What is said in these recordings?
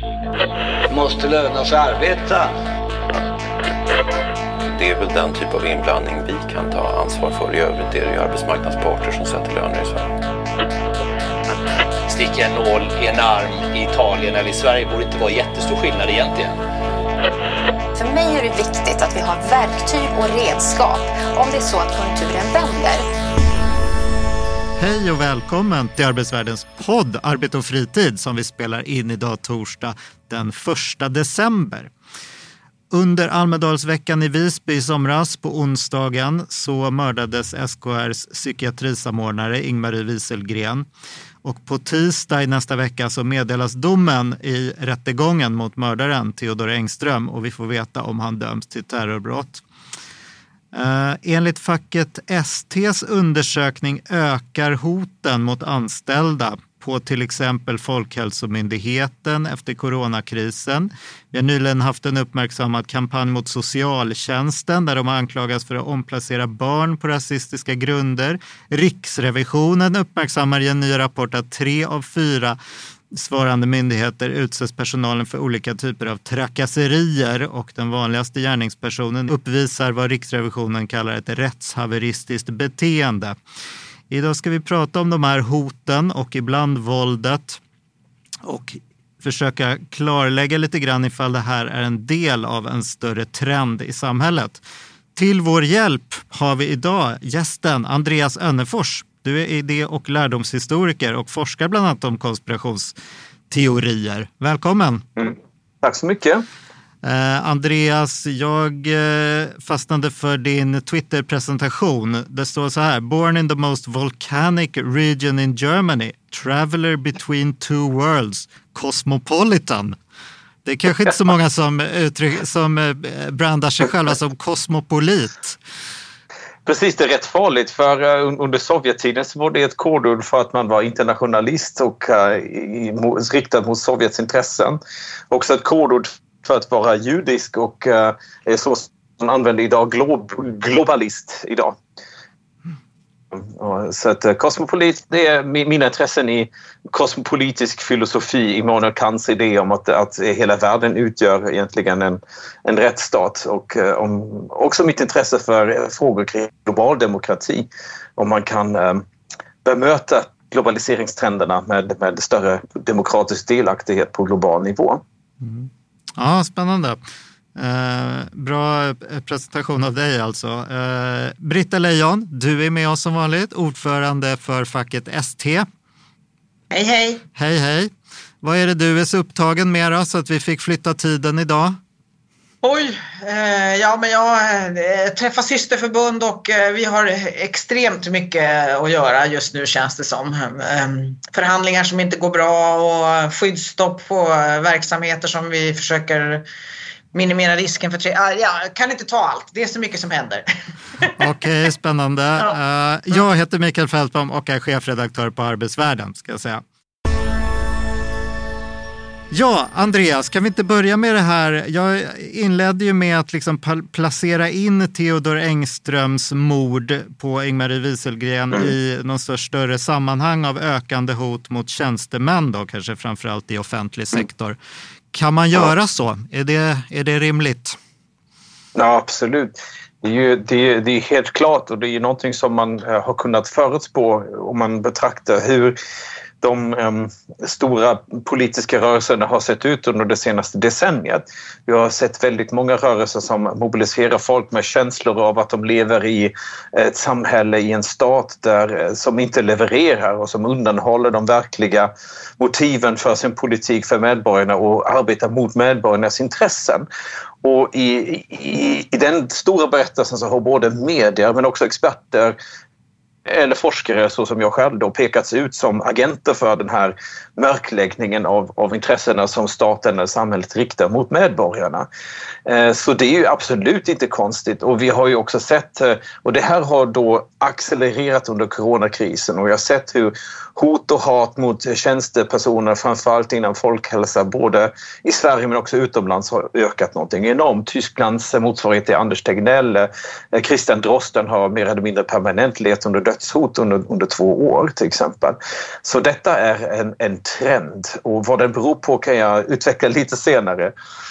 Måste löna sig arbeta. Det är väl den typ av inblandning vi kan ta ansvar för. I övrigt är det ju arbetsmarknadsparter som sätter löner i Sverige. Sticka en nål i en arm i Italien eller i Sverige borde inte vara jättestor skillnad egentligen. För mig är det viktigt att vi har verktyg och redskap om det är så att konjunkturen vänder. Hej och välkommen till Arbetsvärldens podd Arbete och fritid som vi spelar in idag torsdag den 1 december. Under Almedalsveckan i Visby i somras på onsdagen så mördades SKRs psykiatrisamordnare Ingmarie Wieselgren. Och på tisdag i nästa vecka så meddelas domen i rättegången mot mördaren Theodor Engström och vi får veta om han döms till terrorbrott. Enligt facket ST:s undersökning ökar hoten mot anställda på till exempel Folkhälsomyndigheten efter coronakrisen. Vi har nyligen haft en uppmärksammad kampanj mot socialtjänsten där de anklagas för att omplacera barn på rasistiska grunder. Riksrevisionen uppmärksammar i en ny rapport att 3 av 4 svarande myndigheter utsätts personalen för olika typer av trakasserier och den vanligaste gärningspersonen uppvisar vad Riksrevisionen kallar ett rättshaveristiskt beteende. Idag ska vi prata om de här hoten och ibland våldet och försöka klarlägga lite grann ifall det här är en del av en större trend i samhället. Till vår hjälp har vi idag gästen Andreas Önnefors. Du är idé- och lärdomshistoriker och forskar bland annat om konspirationsteorier. Välkommen! Tack så mycket! Andreas, jag fastnade för din Twitter-presentation. Det står så här: Born in the most volcanic region in Germany, traveler between two worlds, cosmopolitan. Det är kanske inte så många som brandar sig själva som kosmopolit. Precis, det är rätt farligt för under Sovjettiden så var det ett kodord för att man var internationalist och riktad mot Sovjets intressen. Också ett kodord för att vara judisk och så som man använder idag globalist idag. Så att kosmopolit, det är mina intressen i kosmopolitisk filosofi, Immanuel Kants idé om att hela världen utgör egentligen en rättsstat och också mitt intresse för frågor kring global demokrati. Om man kan bemöta globaliseringstrenderna med större demokratisk delaktighet på global nivå. Mm. Ja, spännande. Bra presentation av dig alltså. Britta Lejon, du är med oss som vanligt, ordförande för facket ST. Hej, hej. Hej, hej. Vad är det du är så upptagen med då, så att vi fick flytta tiden idag? Oj, men jag träffar systerförbund och vi har extremt mycket att göra just nu känns det som. Förhandlingar som inte går bra och skyddsstopp på verksamheter som vi försöker minimera risken för. Jag kan inte ta allt, det är så mycket som händer. Okej, spännande. Ja. Jag heter Mikael Fältbom och är chefredaktör på Arbetsvärlden, ska jag säga. Ja, Andreas, kan vi inte börja med det här? Jag inledde ju med att liksom placera in Theodor Engströms mord på Ingmarie Wieselgren i någon större sammanhang av ökande hot mot tjänstemän då, kanske framförallt i offentlig sektor. Kan man göra så? Är det rimligt? Ja, absolut. Det är helt klart och det är ju någonting som man har kunnat förutspå om man betraktar hur de stora politiska rörelserna har sett ut under det senaste decenniet. Vi har sett väldigt många rörelser som mobiliserar folk med känslor av att de lever i ett samhälle, i en stat som inte levererar och som undanhåller de verkliga motiven för sin politik för medborgarna och arbetar mot medborgarnas intressen. Och i den stora berättelsen så har både medier men också experter eller forskare så som jag själv då pekats ut som agenter för den här mörkläggningen av intressena som staten eller samhället riktar mot medborgarna. Så det är ju absolut inte konstigt och vi har ju också sett, och det här har då accelererat under coronakrisen och jag har sett hur hot och hat mot tjänstepersoner, framförallt inom folkhälsa, både i Sverige men också utomlands, har ökat någonting enormt. Tysklands motsvarighet till Anders Tegnell, Christian Drosten, har mer eller mindre permanent levt under dödshot under 2 år till exempel. Så detta är en trend, och vad den beror på kan jag utveckla lite senare.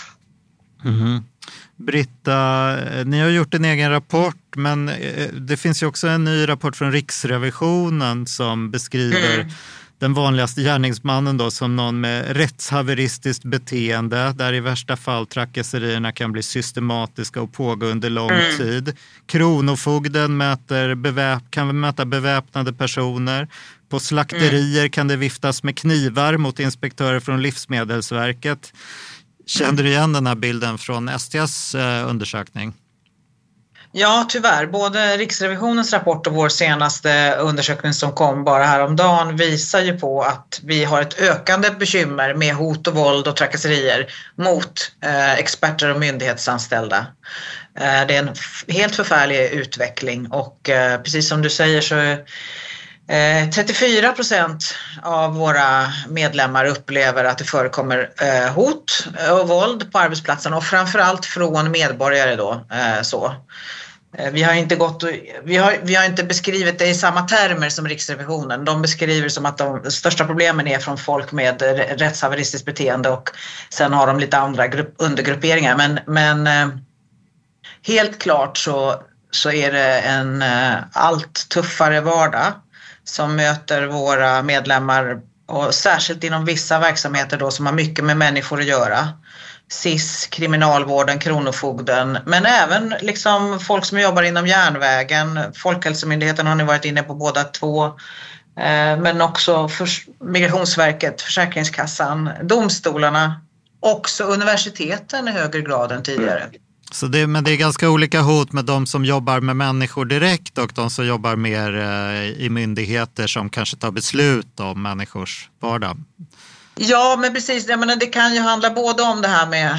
Britta, ni har gjort en egen rapport, men det finns ju också en ny rapport från Riksrevisionen som beskriver den vanligaste gärningsmannen då som någon med rättshaveristiskt beteende, där i värsta fall trakasserierna kan bli systematiska och pågå under lång tid. Kronofogden kan möta beväpnade personer. På slakterier kan det viftas med knivar mot inspektörer från Livsmedelsverket. Kände du igen den här bilden från ST:s undersökning? Ja, tyvärr. Både Riksrevisionens rapport och vår senaste undersökning som kom bara häromdagen visar ju på att vi har ett ökande bekymmer med hot och våld och trakasserier mot experter och myndighetsanställda. Det är en helt förfärlig utveckling, och precis som du säger så 34% av våra medlemmar upplever att det förekommer hot och våld på arbetsplatsen, och framförallt från medborgare då. Vi har inte beskrivit det i samma termer som Riksrevisionen. De beskriver som att de största problemen är från folk med rättshaveristiskt beteende, och sen har de lite andra undergrupperingar. Men helt klart så är det en allt tuffare vardag som möter våra medlemmar, och särskilt inom vissa verksamheter då som har mycket med människor att göra. SIS, kriminalvården, kronofogden, men även liksom folk som jobbar inom järnvägen, Folkhälsomyndigheten har ni varit inne på båda två, men också Migrationsverket, Försäkringskassan, domstolarna, också universiteten i högre grad än tidigare. Så men det är ganska olika hot med de som jobbar med människor direkt och de som jobbar mer i myndigheter som kanske tar beslut om människors vardag. Ja, men precis. Jag menar, det kan ju handla både om det här med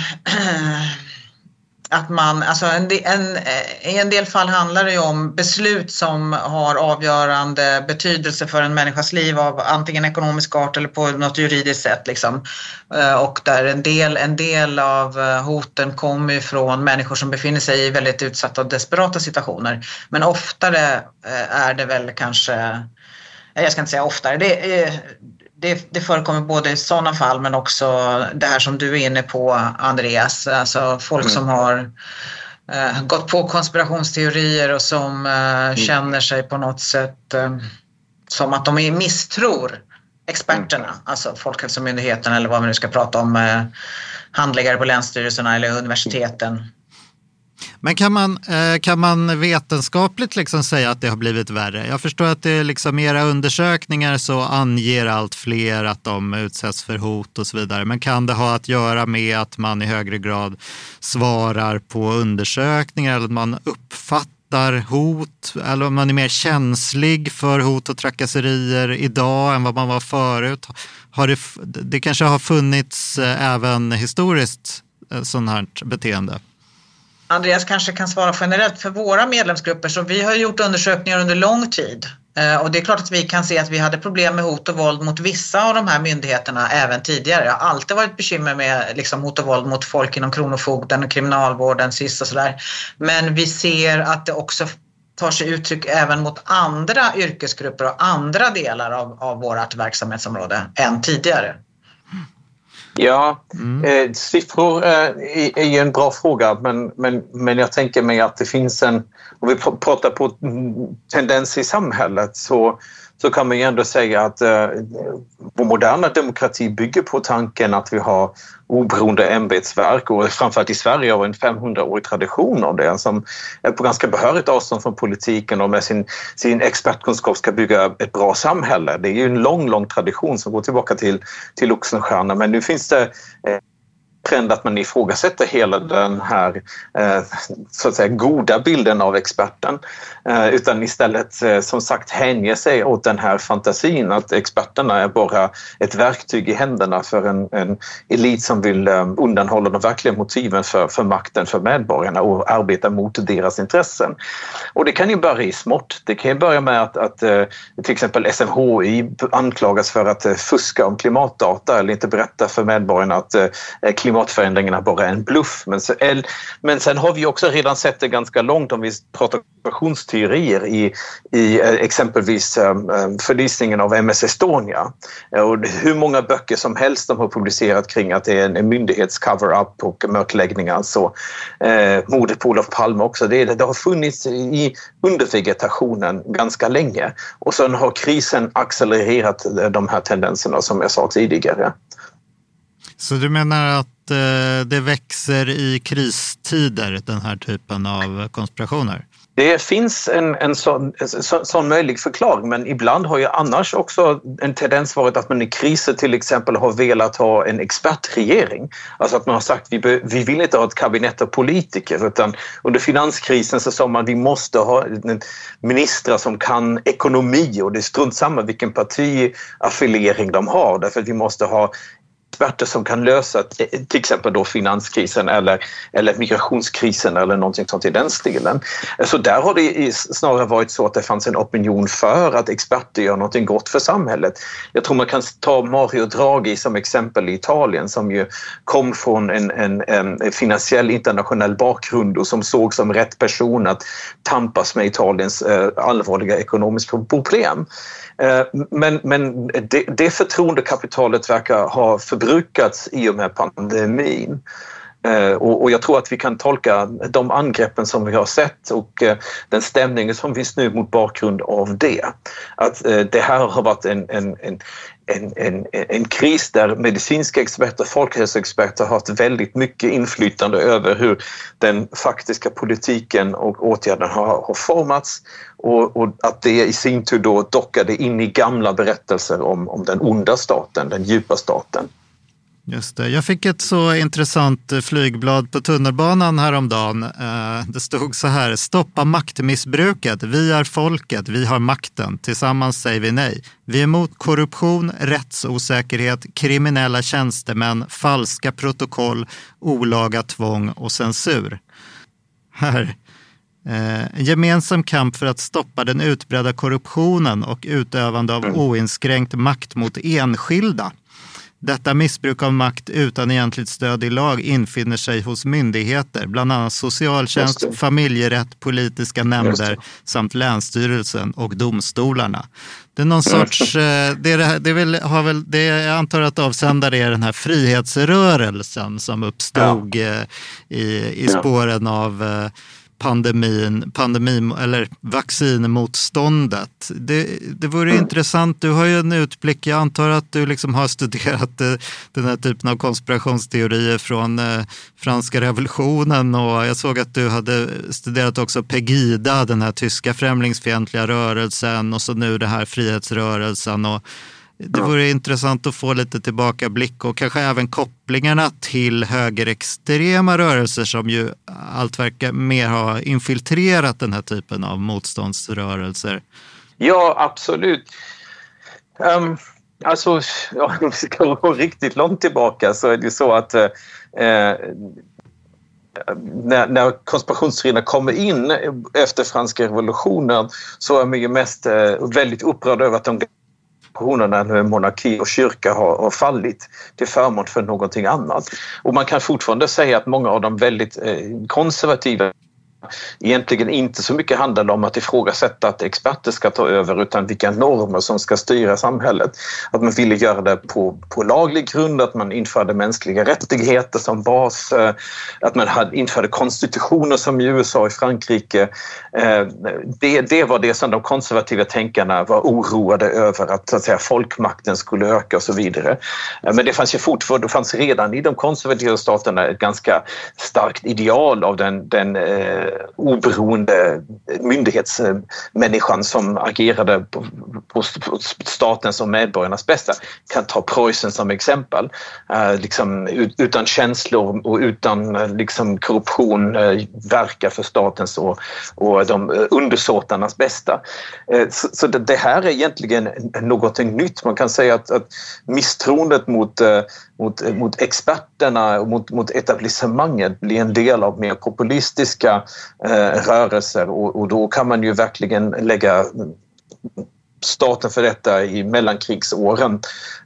att man, alltså i en del fall handlar det ju om beslut som har avgörande betydelse för en människas liv av antingen ekonomisk art eller på något juridiskt sätt liksom. Och där en del av hoten kommer från människor som befinner sig i väldigt utsatta och desperata situationer. Men oftare är det väl kanske, jag ska inte säga oftare, det förekommer både i sådana fall men också det här som du är inne på, Andreas. Alltså folk som har gått på konspirationsteorier och som känner sig på något sätt som att de misstror experterna. Alltså Folkhälsomyndigheten eller vad vi nu ska prata om, handläggare på länsstyrelserna eller universiteten. Men kan man vetenskapligt liksom säga att det har blivit värre? Jag förstår att det är liksom era undersökningar så anger allt fler att de utsätts för hot och så vidare. Men kan det ha att göra med att man i högre grad svarar på undersökningar eller att man uppfattar hot, eller om man är mer känslig för hot och trakasserier idag än vad man var förut? Det kanske har funnits även historiskt sådant här beteende? Andreas kanske kan svara generellt för våra medlemsgrupper, så vi har gjort undersökningar under lång tid. Och det är klart att vi kan se att vi hade problem med hot och våld mot vissa av de här myndigheterna även tidigare. Det har alltid varit bekymmer med liksom, hot och våld mot folk inom kronofogden, kriminalvården, SIS och sådär. Men vi ser att det också tar sig uttryck även mot andra yrkesgrupper och andra delar av vårt verksamhetsområde än tidigare. Ja, siffror är ju en bra fråga, men jag tänker mig att det finns om vi pratar på tendens i samhället så kan man ju ändå säga att vår moderna demokrati bygger på tanken att vi har oberoende ämbetsverk, och framförallt i Sverige har vi en 500-årig tradition av det som är på ganska behörigt avstånd från politiken och med sin expertkunskap ska bygga ett bra samhälle. Det är ju en lång tradition som går tillbaka till Oxenstierna, men nu finns det trend att man ifrågasätter hela den här så att säga goda bilden av experten, utan istället som sagt hänger sig åt den här fantasin att experterna är bara ett verktyg i händerna för en elit som vill undanhålla de verkliga motiven för makten för medborgarna och arbeta mot deras intressen. Och det kan ju börja i smått. Det kan ju börja med att till exempel SMHI anklagas för att fuska om klimatdata eller inte berätta för medborgarna att klimatförändringarna bara är en bluff. Men sen har vi också redan sett det ganska långt om vi pratar konspirationsteorier i exempelvis förlisningen av MS Estonia. Och hur många böcker som helst de har publicerat kring att det är en myndighets cover-up och mörkläggning, alltså mordet på Olof Palme också. Det har funnits under vegetationen ganska länge, och sen har krisen accelererat de här tendenserna som jag sa tidigare. Så du menar att det växer i kristider, den här typen av konspirationer? Det finns en sån möjlig förklaring, men ibland har ju annars också en tendens varit att man i kriser till exempel har velat ha en expertregering. Alltså att man har sagt vi vill inte ha ett kabinett av politiker, utan under finanskrisen så sa man vi måste ha ministrar som kan ekonomi, och det är strunt samma vilken partiaffiliering de har, därför att vi måste ha experter som kan lösa till exempel då finanskrisen eller migrationskrisen eller någonting sånt i den stilen. Så där har det snarare varit så att det fanns en opinion för att experter gör någonting gott för samhället. Jag tror man kan ta Mario Draghi som exempel i Italien, som ju kom från en finansiell internationell bakgrund och som såg som rätt person att tampas med Italiens allvarliga ekonomiska problem. Men det förtroendekapitalet verkar ha förbrukats i och med pandemin. Och jag tror att vi kan tolka de angreppen som vi har sett och den stämningen som finns nu mot bakgrund av det. Att det här har varit en kris där medicinska experter, folkhälsoexperter har haft väldigt mycket inflytande över hur den faktiska politiken och åtgärden har formats, och att det i sin tur då dockade in i gamla berättelser om den onda staten, den djupa staten. Just det. Jag fick ett så intressant flygblad på tunnelbanan häromdagen. Det stod så här: stoppa maktmissbruket. Vi är folket, vi har makten. Tillsammans säger vi nej. Vi är emot korruption, rättsosäkerhet, kriminella tjänstemän, falska protokoll, olaga tvång och censur. Här. Gemensam kamp för att stoppa den utbredda korruptionen och utövande av oinskränkt makt mot enskilda. Detta missbruk av makt utan egentligt stöd i lag infinner sig hos myndigheter, bland annat socialtjänst, familjerätt, politiska nämnder samt länsstyrelsen och domstolarna. Det är någon sorts, jag antar att avsändare är den här frihetsrörelsen som uppstod i spåren av pandemin eller vaccinmotståndet. Det vore intressant. Du har ju en utblick. Jag antar att du liksom har studerat den här typen av konspirationsteorier från franska revolutionen, och jag såg att du hade studerat också Pegida, den här tyska främlingsfientliga rörelsen, och så nu det här frihetsrörelsen, och det vore intressant att få lite tillbakablick och kanske även kopplingarna till högerextrema rörelser som ju allt verkar mer ha infiltrerat den här typen av motståndsrörelser. Ja, absolut. Alltså, om vi ska gå riktigt långt tillbaka så är det så att när konspirationsteorierna kommer in efter franska revolutionen så är man ju mest väldigt upprörd över att de när monarki och kyrka har fallit till förmån för någonting annat. Och man kan fortfarande säga att många av de väldigt konservativa egentligen inte så mycket handlar om att ifrågasätta att experter ska ta över, utan vilka normer som ska styra samhället. Att man ville göra det på laglig grund, att man införde mänskliga rättigheter som bas, att man införde konstitutioner som i USA och i Frankrike. Det var det som de konservativa tänkarna var oroade över, att, så att säga, folkmakten skulle öka och så vidare. Men det fanns ju fortfarande, det fanns redan i de konservativa staterna ett ganska starkt ideal av den oberoende myndighetsmänniskan som agerade på statens och medborgarnas bästa. Kan ta Preussen som exempel. Liksom, utan känslor och utan liksom, korruption verka för statens och de undersåtarnas bästa. Så det här är egentligen någonting nytt. Man kan säga att misstroendet mot experterna och mot etablissemanget blir en del av mer populistiska rörelser och då kan man ju verkligen lägga staten för detta i mellankrigsåren.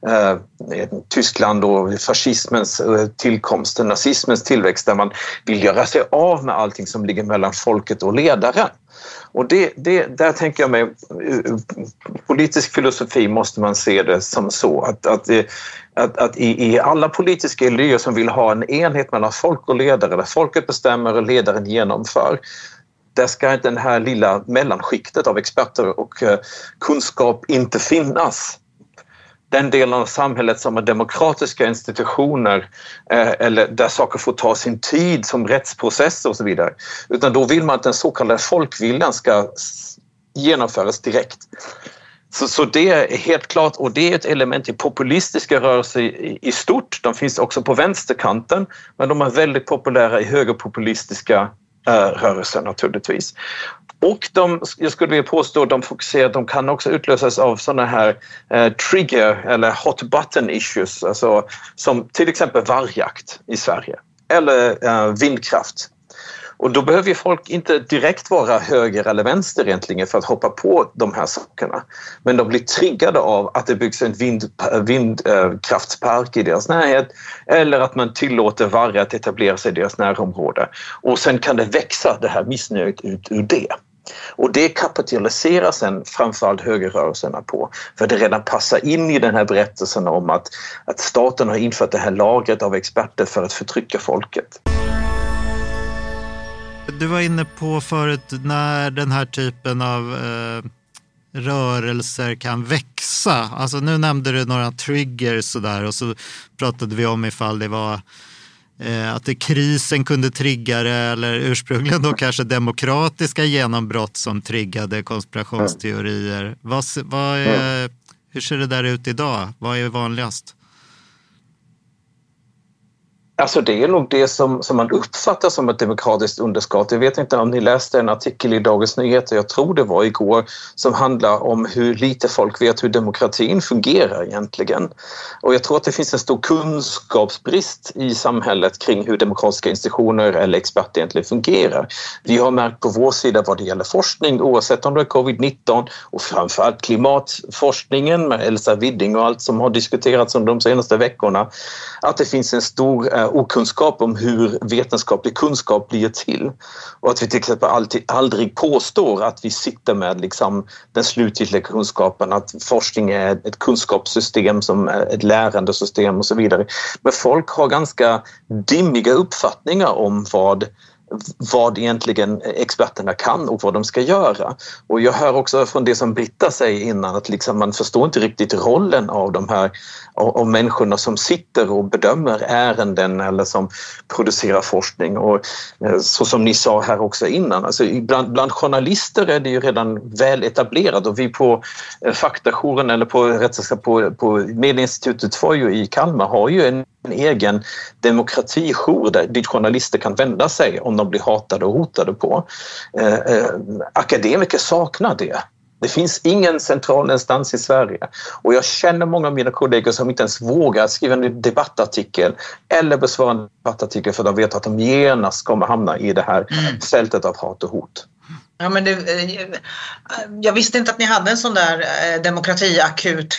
Tyskland och fascismens tillkomst, nazismens tillväxt där man vill göra sig av med allting som ligger mellan folket och ledaren. Och där tänker jag mig, politisk filosofi måste man se det som så att i alla politiska idéer som vill ha en enhet mellan folk och ledare, där folket bestämmer och ledaren genomför, där ska den här lilla mellanskiktet av experter och kunskap inte finnas. Den delen av samhället som är demokratiska institutioner eller där saker får ta sin tid som rättsprocesser och så vidare. Utan då vill man att den så kallade folkviljan ska genomföras direkt. Så det är helt klart, och det är ett element i populistiska rörelser i stort. De finns också på vänsterkanten, men de är väldigt populära i högerpopulistiska rörelser naturligtvis. Och jag skulle vilja påstå att de kan också utlösas av sådana här trigger eller hot button issues, alltså som till exempel vargjakt i Sverige eller vindkraft. Och då behöver ju folk inte direkt vara höger eller vänster egentligen för att hoppa på de här sakerna. Men de blir triggade av att det byggs en vindkraftspark i deras närhet eller att man tillåter vargar att etablera sig i deras närområde. Och sen kan det växa det här missnöjet ut ur det. Och det kapitaliserar sen framförallt högerrörelserna på. För det redan passar in i den här berättelsen om att staten har infört det här lagret av experter för att förtrycka folket. Du var inne på förut när den här typen av rörelser kan växa. Alltså nu nämnde du några triggers och där, och så pratade vi om ifall det var att krisen kunde trigga det, eller ursprungligen då kanske demokratiska genombrott som triggade konspirationsteorier. Hur ser det där ut idag? Vad är vanligast? Alltså det är nog det som man uppfattar som ett demokratiskt underskott. Jag vet inte om ni läste en artikel i Dagens Nyheter, jag tror det var igår, som handlar om hur lite folk vet hur demokratin fungerar egentligen. Och jag tror att det finns en stor kunskapsbrist i samhället kring hur demokratiska institutioner eller experter egentligen fungerar. Vi har märkt på vår sida vad det gäller forskning, oavsett om det är covid-19 och framförallt klimatforskningen med Elsa Widding och allt som har diskuterats under de senaste veckorna, att det finns en stor okunskap om hur vetenskaplig kunskap blir till. Och att vi till exempel aldrig påstår att vi sitter med liksom den slutgiltiga kunskapen, att forskning är ett kunskapssystem som är ett lärandesystem och så vidare. Men folk har ganska dimmiga uppfattningar om vad egentligen experterna kan och vad de ska göra. Och jag hör också från det som Britta säger innan att liksom man förstår inte riktigt rollen av de här av människorna som sitter och bedömer ärenden eller som producerar forskning. Och så som ni sa här också innan, alltså bland journalister är det ju redan väl etablerat, och vi på Faktajouren eller på Medieinstitutet för ju i Kalmar har ju en egen demokratijour dit journalister kan vända sig om de blir hatade och hotade på. Akademiker saknar det. Det finns ingen central instans i Sverige. Och jag känner många av mina kollegor som inte ens vågar skriva en debattartikel eller besvara en debattartikel för de vet att de genast kommer hamna i det här fältet av hat och hot. Ja, men jag visste inte att ni hade en sån där demokratiakut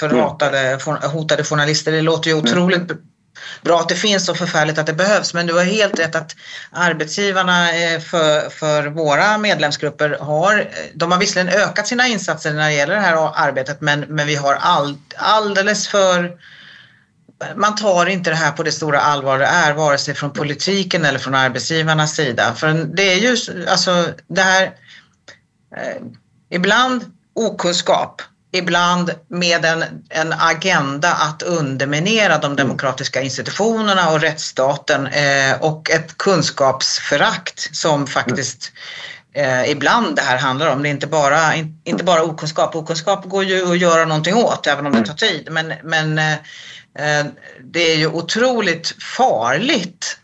för hotade journalister. Det låter ju otroligt bra att det finns, och förfärligt att det behövs. Men du har helt rätt att arbetsgivarna för våra medlemsgrupper har visserligen ökat sina insatser när det gäller det här arbetet, men vi har alldeles för... Man tar inte det här på det stora allvar det är, vare sig från politiken eller från arbetsgivarnas sida. För det är ju alltså det här ibland okunskap ibland med en agenda att underminera de demokratiska institutionerna och rättsstaten och ett kunskapsförakt som faktiskt ibland det här handlar om. Det är inte bara okunskap. Okunskap går ju att göra någonting åt även om det tar tid. Men det är ju otroligt farligt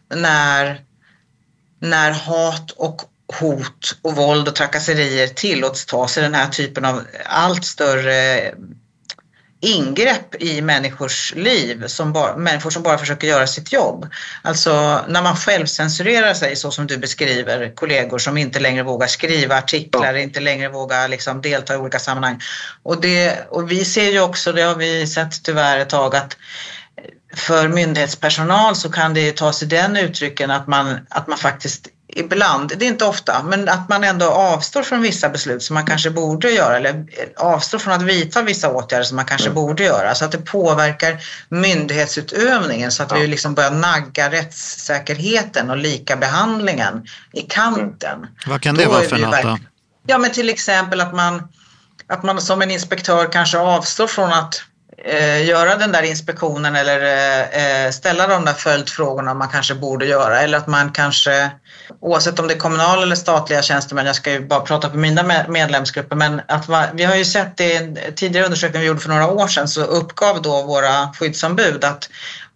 när hat och hot och våld och trakasserier tillåts ta sig den här typen av allt större ingrepp i människors liv, människor som bara försöker göra sitt jobb. Alltså när man själv censurerar sig så som du beskriver, kollegor som inte längre vågar skriva artiklar, inte längre vågar liksom delta i olika sammanhang. Och vi ser ju också, det har vi sett tyvärr ett tag, att för myndighetspersonal så kan det ta sig den uttrycken att man faktiskt ibland, det är inte ofta, men att man ändå avstår från vissa beslut som man kanske borde göra, eller avstår från att vidta vissa åtgärder som man kanske borde göra, så att det påverkar myndighetsutövningen, så att vi liksom börjar nagga rättssäkerheten och lika behandlingen i kanten. Vad kan det vara för något då? Ja, men till exempel att man som en inspektör kanske avstår från att göra den där inspektionen eller ställa de där följdfrågorna man kanske borde göra, eller att man kanske, oavsett om det är kommunala eller statliga tjänstemän, jag ska ju bara prata på mina medlemsgrupper, men att vi har ju sett det i tidigare undersökningar vi gjorde för några år sedan, så uppgav då våra skyddsombud att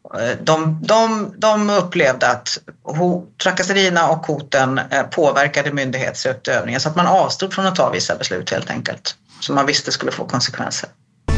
de upplevde att trakasserierna och hoten påverkade myndighetsutövningen, så att man avstod från att ta vissa beslut helt enkelt som man visste skulle få konsekvenser.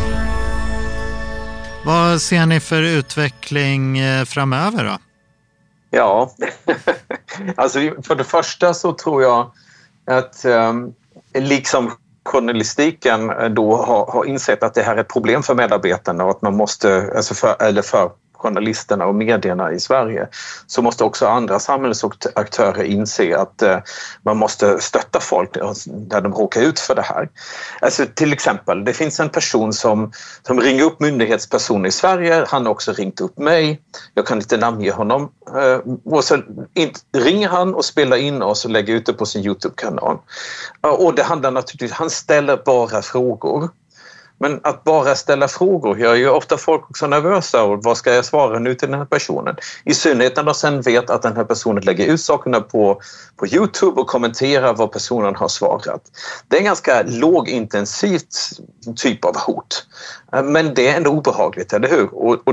Vad ser ni för utveckling framöver då? Ja, alltså för det första så tror jag att liksom journalistiken då har insett att det här är ett problem för medarbetarna och att man måste, alltså för journalisterna och medierna i Sverige, så måste också andra samhällsaktörer inse att man måste stötta folk där de råkar ut för det här. Alltså till exempel, det finns en person som ringer upp myndighetspersoner i Sverige, han har också ringt upp mig, jag kan inte namnge honom, och så ringer han och spelar in oss och lägger ut det på sin YouTube-kanal. Och det handlar naturligtvis, han ställer bara frågor. Men att bara ställa frågor gör ju ofta folk också nervösa. Och vad ska jag svara nu till den här personen? I synnerhet när de sen vet att den här personen lägger ut sakerna på YouTube och kommenterar vad personen har svarat. Det är en ganska lågintensivt typ av hot. Men det är ändå obehagligt, eller hur? Och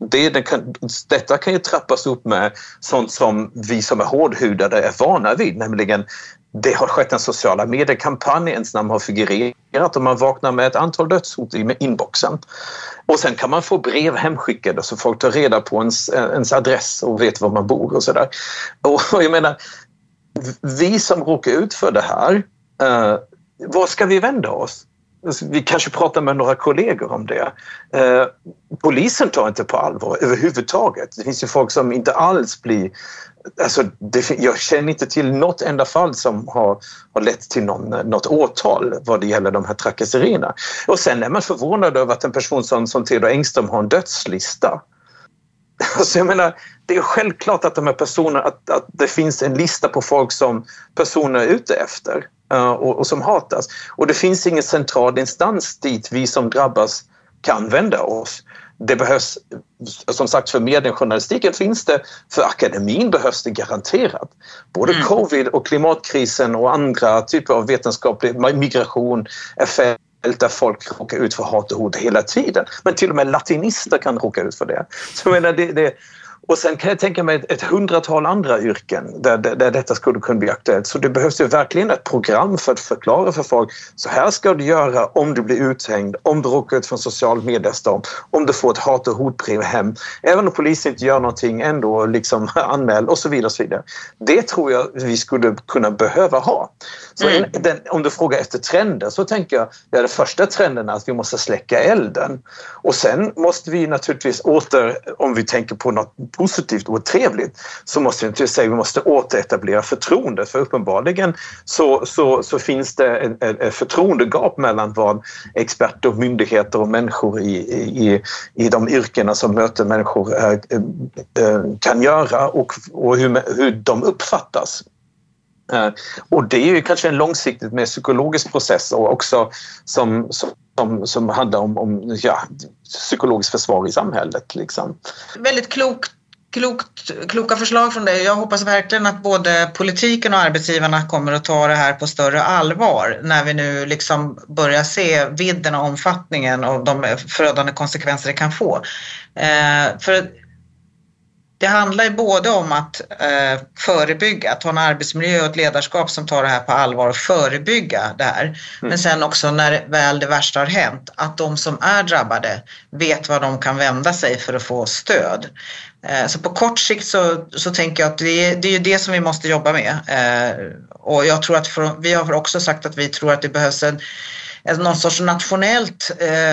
detta kan ju trappas upp med sånt som vi som är hårdhudade är vana vid, nämligen det har skett en sociala mediekampanj, ens namn har figurerat och man vaknar med ett antal dödshot i inboxen. Och sen kan man få brev hemskickade så folk tar reda på ens adress och vet var man bor och sådär. Och jag menar, vi som råkar ut för det här, var ska vi vända oss? Vi kanske pratar med några kollegor om det. Polisen tar inte på allvar överhuvudtaget. Det finns ju folk som inte alls blir... Alltså, jag känner inte till något enda fall som har lett till något åtal vad det gäller de här trakasserierna. Och sen är man förvånad över att en person som Theodor Engström har en dödslista. Alltså jag menar, det är självklart att de här personerna, att det finns en lista på folk som personer är ute efter och som hatas. Och det finns ingen central instans dit vi som drabbas kan vända oss. Det behövs, som sagt, för mediejournalistiken finns det, för akademin behövs det garanterat. Både covid och klimatkrisen och andra typer av vetenskaplig migration är fält där folk råkar ut för hat och hot hela tiden. Men till och med latinister kan råka ut för det. Så jag menar, och sen kan jag tänka mig ett 100-tal andra yrken där detta skulle kunna bli aktuellt. Så det behövs ju verkligen ett program för att förklara för folk, så här ska du göra om du blir uthängd, om du råkar ut för en social mediestorm, om du får ett hat- och hotbrev hem. Även om polisen inte gör någonting ändå liksom anmäl och så vidare och så vidare. Det tror jag vi skulle kunna behöva ha. Så om du frågar efter trender så tänker jag, ja, den första trenden är att vi måste släcka elden. Och sen måste vi naturligtvis om vi tänker på något positivt och trevligt, så måste jag säga vi måste återetablera förtroendet, för uppenbarligen så finns det ett förtroendegap mellan vad experter, myndigheter och människor i de yrkena som möter människor kan göra och hur de uppfattas. Och det är ju kanske en långsiktigt mer psykologisk process och också som handlar om psykologiskt försvar i samhället. Liksom. Väldigt kloka förslag från dig. Jag hoppas verkligen att både politiken och arbetsgivarna kommer att ta det här på större allvar när vi nu liksom börjar se vidden och omfattningen och de förödande konsekvenser det kan få. För det handlar ju både om att förebygga, att ha en arbetsmiljö och ett ledarskap som tar det här på allvar och förebygga det här. Men sen också när väl det värsta har hänt, att de som är drabbade vet vad de kan vända sig för att få stöd. Så på kort sikt så tänker jag att det är ju det som vi måste jobba med. Och jag tror att vi har också sagt att vi tror att det behövs någon sorts nationellt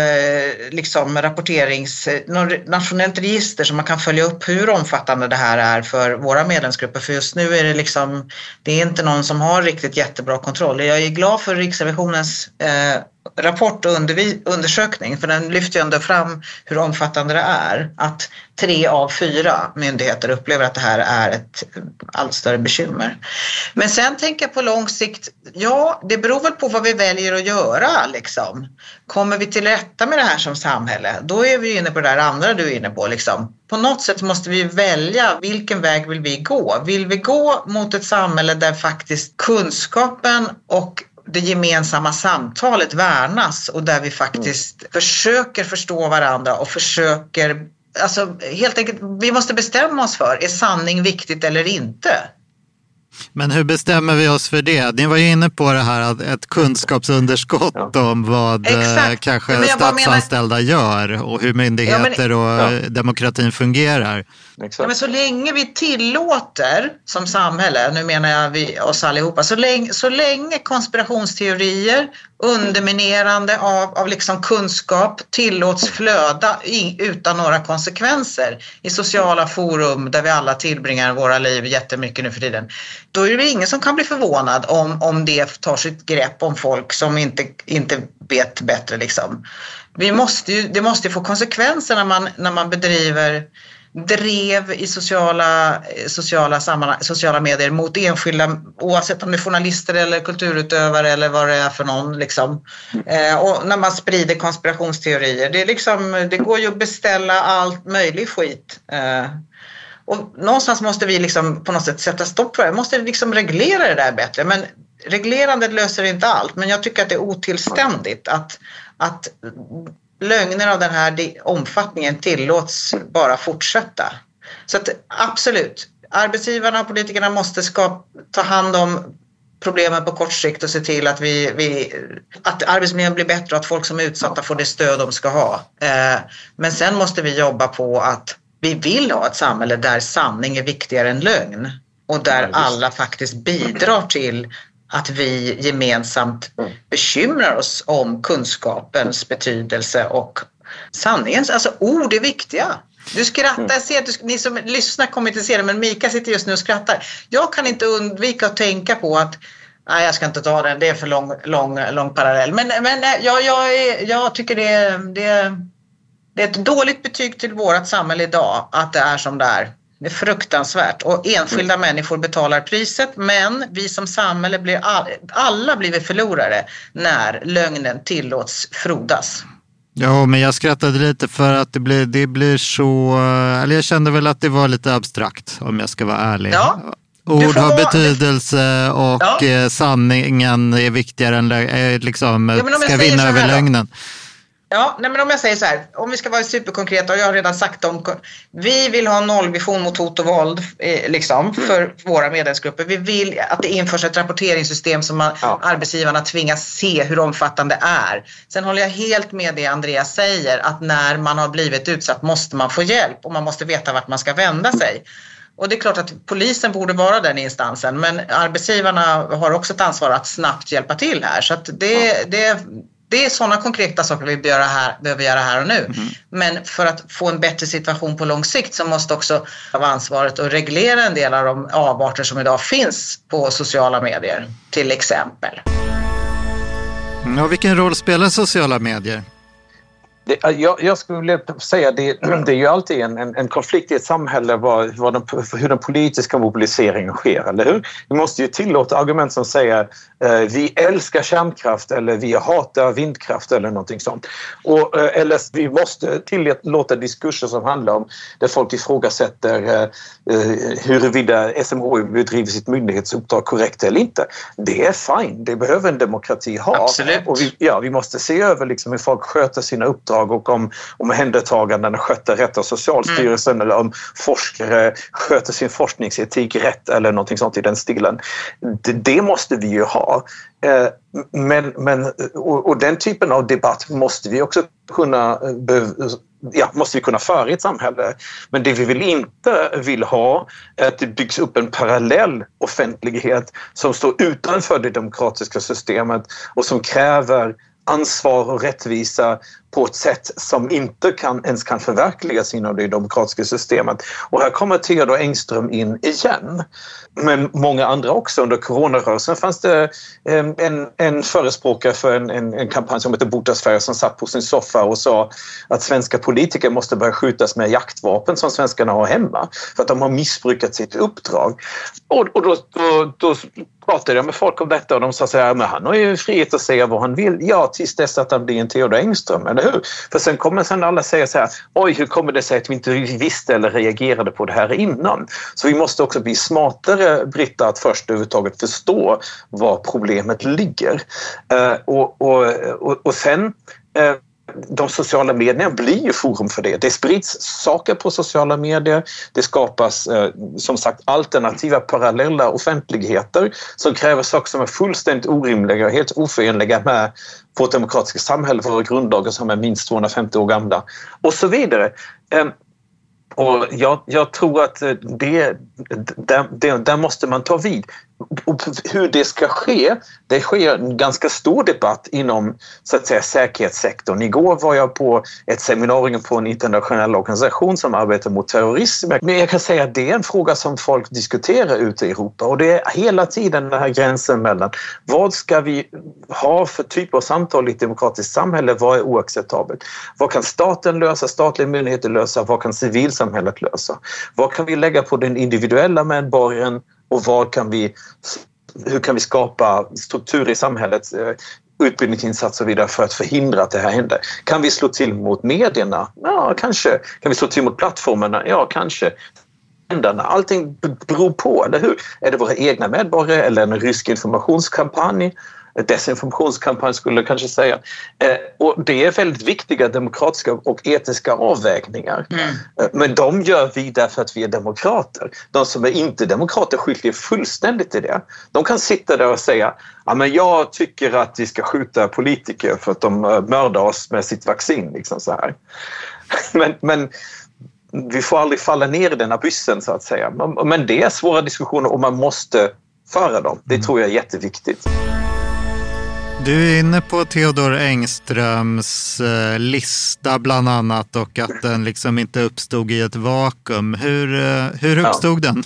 nationellt register som man kan följa upp hur omfattande det här är för våra medlemsgrupper. För just nu är det är inte någon som har riktigt jättebra kontroll. Jag är glad för Riksrevisionens rapport och undersökning, för den lyfter ju ändå fram hur omfattande det är. Att 3 av 4 myndigheter upplever att det här är ett allt större bekymmer. Men sen tänker jag på lång sikt, det beror väl på vad vi väljer att göra liksom. Kommer vi till rätta med det här som samhälle, då är vi inne på det där andra du är inne på liksom. På något sätt måste vi välja vilken väg vill vi gå. Vill vi gå mot ett samhälle där faktiskt kunskapen och det gemensamma samtalet värnas och där vi faktiskt försöker förstå varandra och försöker, alltså helt enkelt, vi måste bestämma oss för, är sanning viktigt eller inte? Men hur bestämmer vi oss för det? Ni var ju inne på det här, ett kunskapsunderskott om vad kanske statsanställda gör och hur myndigheter och demokratin fungerar. Ja, men så länge vi tillåter som samhälle, nu menar jag vi oss allihopa, så länge konspirationsteorier, underminerande av liksom kunskap tillåts flöda utan några konsekvenser i sociala forum där vi alla tillbringar våra liv jättemycket nu för tiden, då är det ingen som kan bli förvånad om det tar sitt grepp om folk som inte vet bättre liksom. Det måste ju få konsekvenser när man bedriver drev i sociala medier mot enskilda, oavsett om det är journalister eller kulturutövare eller vad det är för någon liksom. Och när man sprider konspirationsteorier, det går ju att beställa allt möjligt skit. Och någonstans måste vi liksom på något sätt sätta stopp för det. Vi måste liksom reglera det där bättre, men reglerandet löser inte allt. Men jag tycker att det är otillständigt att lögner av den här omfattningen tillåts bara fortsätta. Så att absolut, arbetsgivarna och politikerna måste ta hand om problemen på kort sikt och se till att att arbetsmiljön blir bättre och att folk som är utsatta får det stöd de ska ha. Men sen måste vi jobba på att vi vill ha ett samhälle där sanning är viktigare än lögn och där alla faktiskt bidrar till att vi gemensamt bekymrar oss om kunskapens betydelse och sanningens. Alltså ord är viktiga. Du skrattar, jag ser att ni som lyssnar kommer inte se det, men Mika sitter just nu och skrattar. Jag kan inte undvika att tänka på att nej, jag ska inte ta den, det är för lång parallell. Men jag tycker det är ett dåligt betyg till vårt samhälle idag att det är som det är. Det är fruktansvärt och enskilda människor betalar priset, men vi som samhälle alla blir förlorare när lögnen tillåts frodas. Ja, men jag skrattade lite för att det blir så, eller jag kände väl att det var lite abstrakt om jag ska vara ärlig. Ja. Ord har betydelse och sanningen är viktigare än ska vinna över lögnen. Ja, men om jag säger så här, om vi ska vara superkonkreta, och jag har redan sagt vi vill ha en nollvision mot hot och våld för våra medlemsgrupper. Vi vill att det införs ett rapporteringssystem som arbetsgivarna tvingas se hur omfattande det är. Sen håller jag helt med det Andreas säger, att när man har blivit utsatt måste man få hjälp och man måste veta vart man ska vända sig. Och det är klart att polisen borde vara den instansen, men arbetsgivarna har också ett ansvar att snabbt hjälpa till här. Så att det är sådana konkreta saker vi behöver göra här och nu. Men för att få en bättre situation på lång sikt så måste också ha ansvaret att reglera en del av de avarter som idag finns på sociala medier, till exempel. Ja, vilken roll spelar sociala medier? Jag skulle vilja säga att det är ju alltid en konflikt i ett samhälle hur den politiska mobiliseringen sker, eller hur? Vi måste ju tillåta argument som säger vi älskar kärnkraft eller vi hatar vindkraft eller någonting sånt. Eller vi måste tillåta diskurser som handlar om där folk ifrågasätter huruvida SMHI bedriver sitt myndighetsuppdrag korrekt eller inte. Det är fine, det behöver en demokrati ha. Absolut. Och vi måste se över liksom hur folk sköter sina uppdrag och om omhändertaganden sköter rätt av Socialstyrelsen eller om forskare sköter sin forskningsetik rätt eller någonting sånt i den stilen. Det måste vi ju ha. Och den typen av debatt måste vi också kunna föra i ett samhälle. Men det vi inte vill ha är att det byggs upp en parallell offentlighet som står utanför det demokratiska systemet och som kräver ansvar och rättvisa på ett sätt som inte ens kan förverkligas inom det demokratiska systemet. Och här kommer Theodor Engström in igen. Men många andra också. Under coronarörelsen fanns det en förespråkare för en kampanj som heter Bota Sverige som satt på sin soffa och sa att svenska politiker måste börja skjutas med jaktvapen som svenskarna har hemma för att de har missbrukat sitt uppdrag. Och då pratade jag med folk om detta och de sa så här, men han har ju frihet att säga vad han vill. Ja, tills dess att han blir en Theodor Engström, eller hur? För sen kommer alla säga så här, oj, hur kommer det sig att vi inte visste eller reagerade på det här innan? Så vi måste också bli smartare, Britta, att först överhuvudtaget förstå var problemet ligger. Och sen... de sociala medierna blir ju forum för det. Det sprids saker på sociala medier. Det skapas som sagt alternativa parallella offentligheter som kräver saker som är fullständigt orimliga och helt oförenliga med vårt demokratiska samhälle, våra grundlagar som är minst 250 år gamla och så vidare. Och jag tror att där måste man ta vid. Och hur det ska ske, det sker en ganska stor debatt inom så att säga säkerhetssektorn. Igår var jag på ett seminarium på en internationell organisation som arbetar mot terrorism. Men jag kan säga att det är en fråga som folk diskuterar ute i Europa och det är hela tiden den här gränsen mellan vad ska vi ha för typ av samtal i ett demokratiskt samhälle, vad är oacceptabelt? Vad kan staten lösa, statliga myndigheter lösa, vad kan civilsamhället lösa? Vad kan vi lägga på den individuella medborgaren och hur kan vi skapa strukturer i samhället, utbildningsinsatser och vidare för att förhindra att det här händer? Kan vi slå till mot medierna? Ja, kanske. Kan vi slå till mot plattformarna? Ja, kanske. Allting beror på, eller hur? Är det våra egna medborgare eller en rysk informationskampanj? Desinformationskampanj skulle jag kanske säga. Och det är väldigt viktiga demokratiska och etiska avvägningar. Men de gör vi därför att vi är demokrater. De som är inte demokrater skiljer fullständigt i det. De kan sitta där och säga, ja, men jag tycker att vi ska skjuta politiker för att de mördar oss med sitt vaccin. Liksom så här. Men vi får aldrig falla ner i den abyssen så att säga. Men det är svåra diskussioner och man måste föra dem. Det tror jag är jätteviktigt. Du är inne på Theodor Engströms lista bland annat och att den liksom inte uppstod i ett vakuum. Hur uppstod den?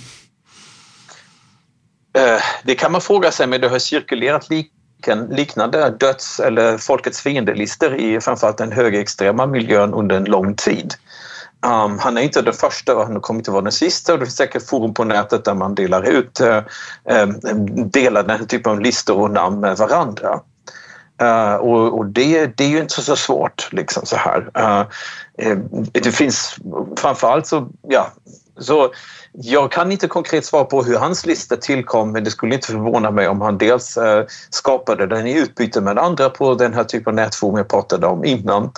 Det kan man fråga sig, men det har cirkulerat liknande döds- eller folkets fiendelister i framförallt den högerextrema miljön under en lång tid. Han är inte den första och han kommer inte vara den sista och det finns säkert forum på nätet där man delar den här typen av listor och namn med varandra. Och det är ju inte så svårt liksom så här. Det finns framförallt så jag kan inte konkret svara på hur hans lista tillkom, men det skulle inte förvåna mig om han dels skapade den i utbyte med andra på den här typen av nätforum jag pratade om innan.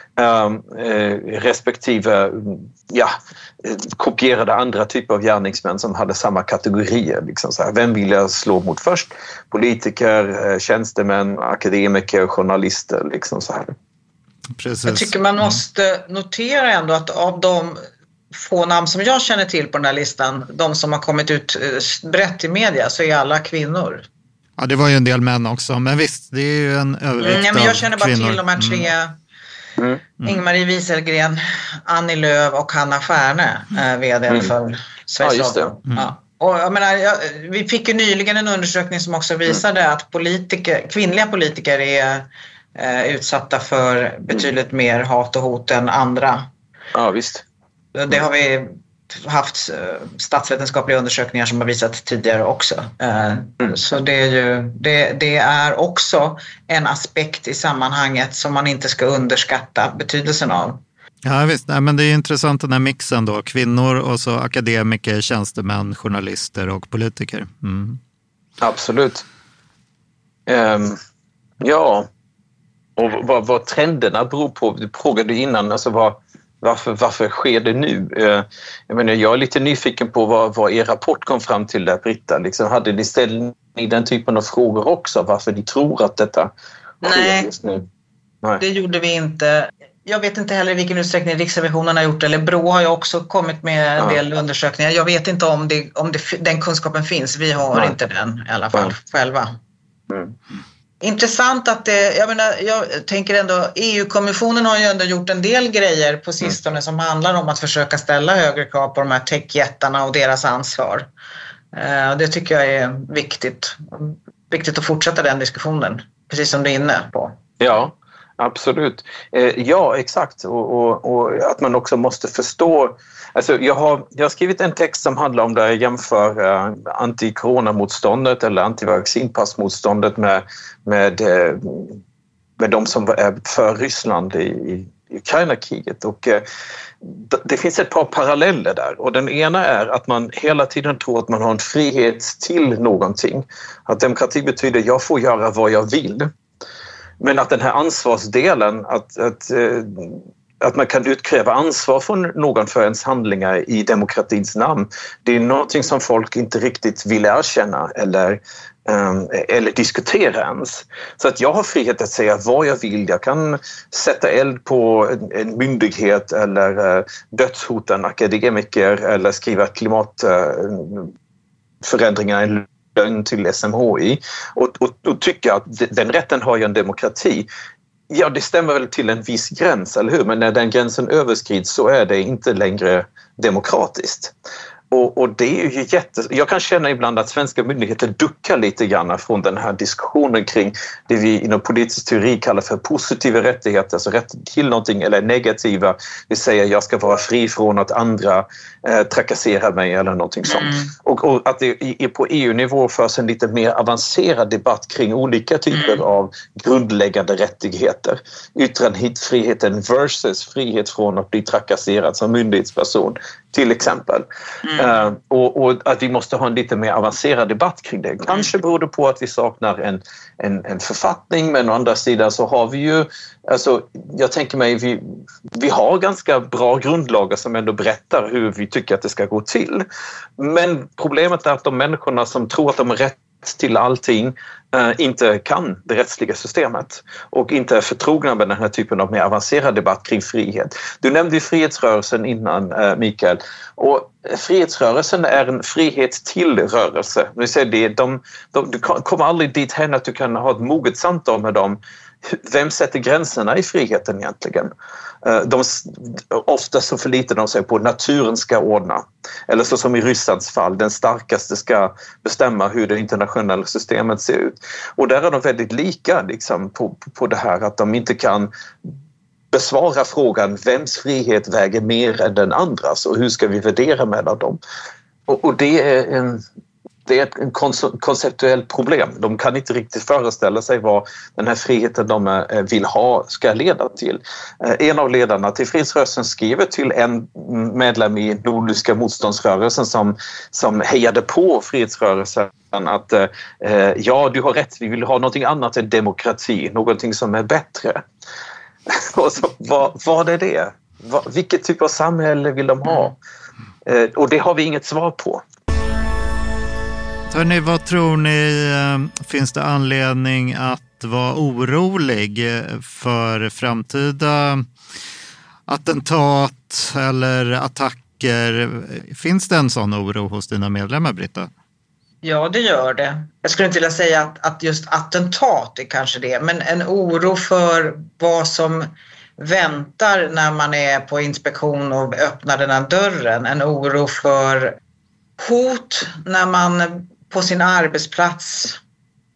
Respektive kopierade andra typer av gärningsmän som hade samma kategorier. Liksom så här. Vem vill jag slå mot först? Politiker, tjänstemän, akademiker, journalister. Liksom så här. Precis. Jag tycker man måste notera ändå att av de få namn som jag känner till på den här listan, de som har kommit ut brett i media, så är alla kvinnor. Ja, det var ju en del män också, men visst, det är ju en övervikt men jag känner bara kvinnor. till de här tre. Ingmarie Wieselgren, Annie Lööf och Hanna Färne, vd för Sveriges Radio. Och jag menar, vi fick ju nyligen en undersökning som också visade att kvinnliga politiker är utsatta för betydligt mer hat och hot än andra. Ja, visst. Det har vi haft statsvetenskapliga undersökningar som har visat tidigare också. Så det är också en aspekt i sammanhanget som man inte ska underskatta betydelsen av. Ja visst, nej, men det är intressant den här mixen då. Kvinnor och så akademiker, tjänstemän, journalister och politiker. Mm. Absolut. Ja, och vad trenderna beror på. Du frågade innan, alltså varför sker det nu? Jag är lite nyfiken på vad er rapport kom fram till där, Britta. Liksom, hade ni ställt den typen av frågor också? Varför ni tror att detta sker just nu? Nej, det gjorde vi inte. Jag vet inte heller i vilken utsträckning Riksrevisionen har gjort, eller Brå har ju också kommit med en del undersökningar. Jag vet inte om den kunskapen finns. Vi har inte den i alla fall själva. Mm. Intressant att jag tänker ändå, EU-kommissionen har ju ändå gjort en del grejer på sistone som handlar om att försöka ställa högre krav på de här techjättarna och deras ansvar. Det tycker jag är viktigt att fortsätta den diskussionen, precis som du är inne på. Ja, absolut. Ja, exakt. Och att man också måste förstå. Alltså jag har skrivit en text som handlar om där jag jämför anti-coronamotståndet eller antivaccinpassmotståndet med de som är för Ryssland i Ukraina-kriget. Och det finns ett par paralleller där. Och den ena är att man hela tiden tror att man har en frihet till någonting. Att demokrati betyder jag får göra vad jag vill. Men att den här ansvarsdelen, att man kan utkräva ansvar från någon för ens handlingar i demokratins namn, det är någonting som folk inte riktigt vill erkänna eller diskutera ens. Så att jag har frihet att säga vad jag vill. Jag kan sätta eld på en myndighet eller dödshota en akademiker eller skriva klimatförändringar till SMHI och tycka att den rätten har ju en demokrati. Ja, det stämmer väl till en viss gräns, eller hur? Men när den gränsen överskrids så är det inte längre demokratiskt. Och det är ju jag kan känna ibland att svenska myndigheter duckar lite grann från den här diskussionen kring det vi inom politisk teori kallar för positiva rättigheter, alltså rätt till någonting, eller negativa, det säger jag ska vara fri från att andra trakasserar mig eller någonting sånt. Och att det på EU-nivå förs en lite mer avancerad debatt kring olika typer av grundläggande rättigheter. Yttrandefriheten versus frihet från att bli trakasserad som myndighetsperson till exempel. Och att vi måste ha en lite mer avancerad debatt kring det. Kanske beror det på att vi saknar en författning, men å andra sidan så har vi ju, alltså jag tänker mig, vi har ganska bra grundlagar som ändå berättar hur vi tycker att det ska gå till. Men problemet är att de människorna som tror att de är rätt till allting inte kan det rättsliga systemet och inte är förtrogna med den här typen av mer avancerad debatt kring frihet. Du nämnde ju frihetsrörelsen innan, Mikael, och frihetsrörelsen är en frihet till rörelse. Du kommer aldrig dit hen att du kan ha ett moget samtal med dem. Vem sätter gränserna i friheten egentligen? Ofta så förlitar de sig på naturen ska ordna. Eller så som i Rysslands fall, den starkaste ska bestämma hur det internationella systemet ser ut. Och där är de väldigt lika liksom, på det här att de inte kan besvara frågan vems frihet väger mer än den andras och hur ska vi värdera mellan dem. Och det är ett konceptuellt problem. De kan inte riktigt föreställa sig vad den här friheten de vill ha ska leda till. En av ledarna till frihetsrörelsen skriver till en medlem i Nordiska motståndsrörelsen som hejade på frihetsrörelsen att ja, du har rätt, vi vill ha någonting annat än demokrati, någonting som är bättre. Och så, vad är det? Vilket typ av samhälle vill de ha? Och det har vi inget svar på. Hörrni, vad tror ni, finns det anledning att vara orolig för framtida attentat eller attacker? Finns det en sån oro hos dina medlemmar, Britta? Ja, det gör det. Jag skulle inte vilja säga att just attentat är kanske det, men en oro för vad som väntar när man är på inspektion och öppnar den här dörren. En oro för hot när man på sin arbetsplats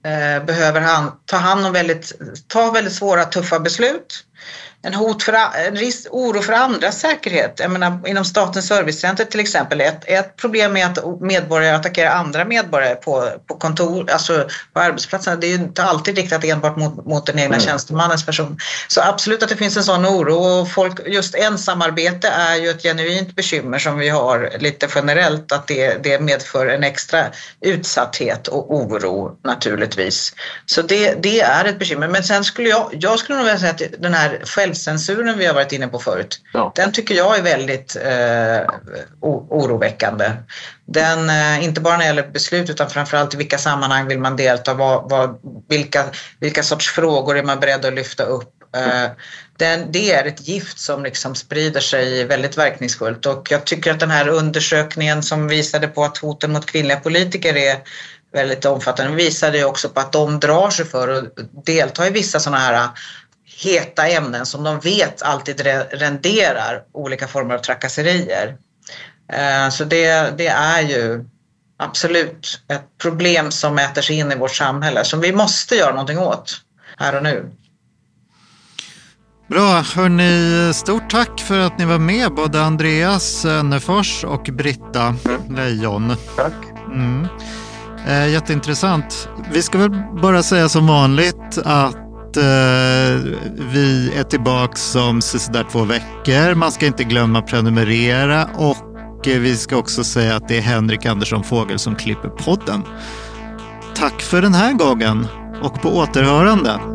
behöver ta väldigt svåra, tuffa beslut. En oro för andras säkerhet. Jag menar, inom Statens servicecenter till exempel. Ett problem är att medborgare attackerar andra medborgare på kontor, alltså på arbetsplatserna. Det är ju inte alltid riktat enbart mot den egna tjänstemannens person. Så absolut att det finns en sån oro. Och just ensamarbete är ju ett genuint bekymmer som vi har lite generellt. Att det medför en extra utsatthet och oro naturligtvis. Så det är ett bekymmer. Men sen skulle jag skulle nog vilja säga att den här självcensuren vi har varit inne på förut, den tycker jag är väldigt oroväckande. Den, inte bara när det gäller beslut utan framförallt i vilka sammanhang vill man delta, vilka sorts frågor är man beredd att lyfta upp. Det är ett gift som liksom sprider sig väldigt verkningsfullt, och jag tycker att den här undersökningen som visade på att hoten mot kvinnliga politiker är väldigt omfattande visade ju också på att de drar sig för att delta i vissa sådana här heta ämnen som de vet alltid renderar olika former av trakasserier. Så det är ju absolut ett problem som äter sig in i vårt samhälle som vi måste göra någonting åt här och nu. Bra, hörni, stort tack för att ni var med, både Andreas Nefors och Britta Lejon. Tack. Jätteintressant. Vi ska väl bara säga som vanligt att vi är tillbaka om sådär 2 veckor. Man ska inte glömma prenumerera, och vi ska också säga att det är Henrik Andersson Fågel som klipper podden. Tack för den här gången och på återhörande.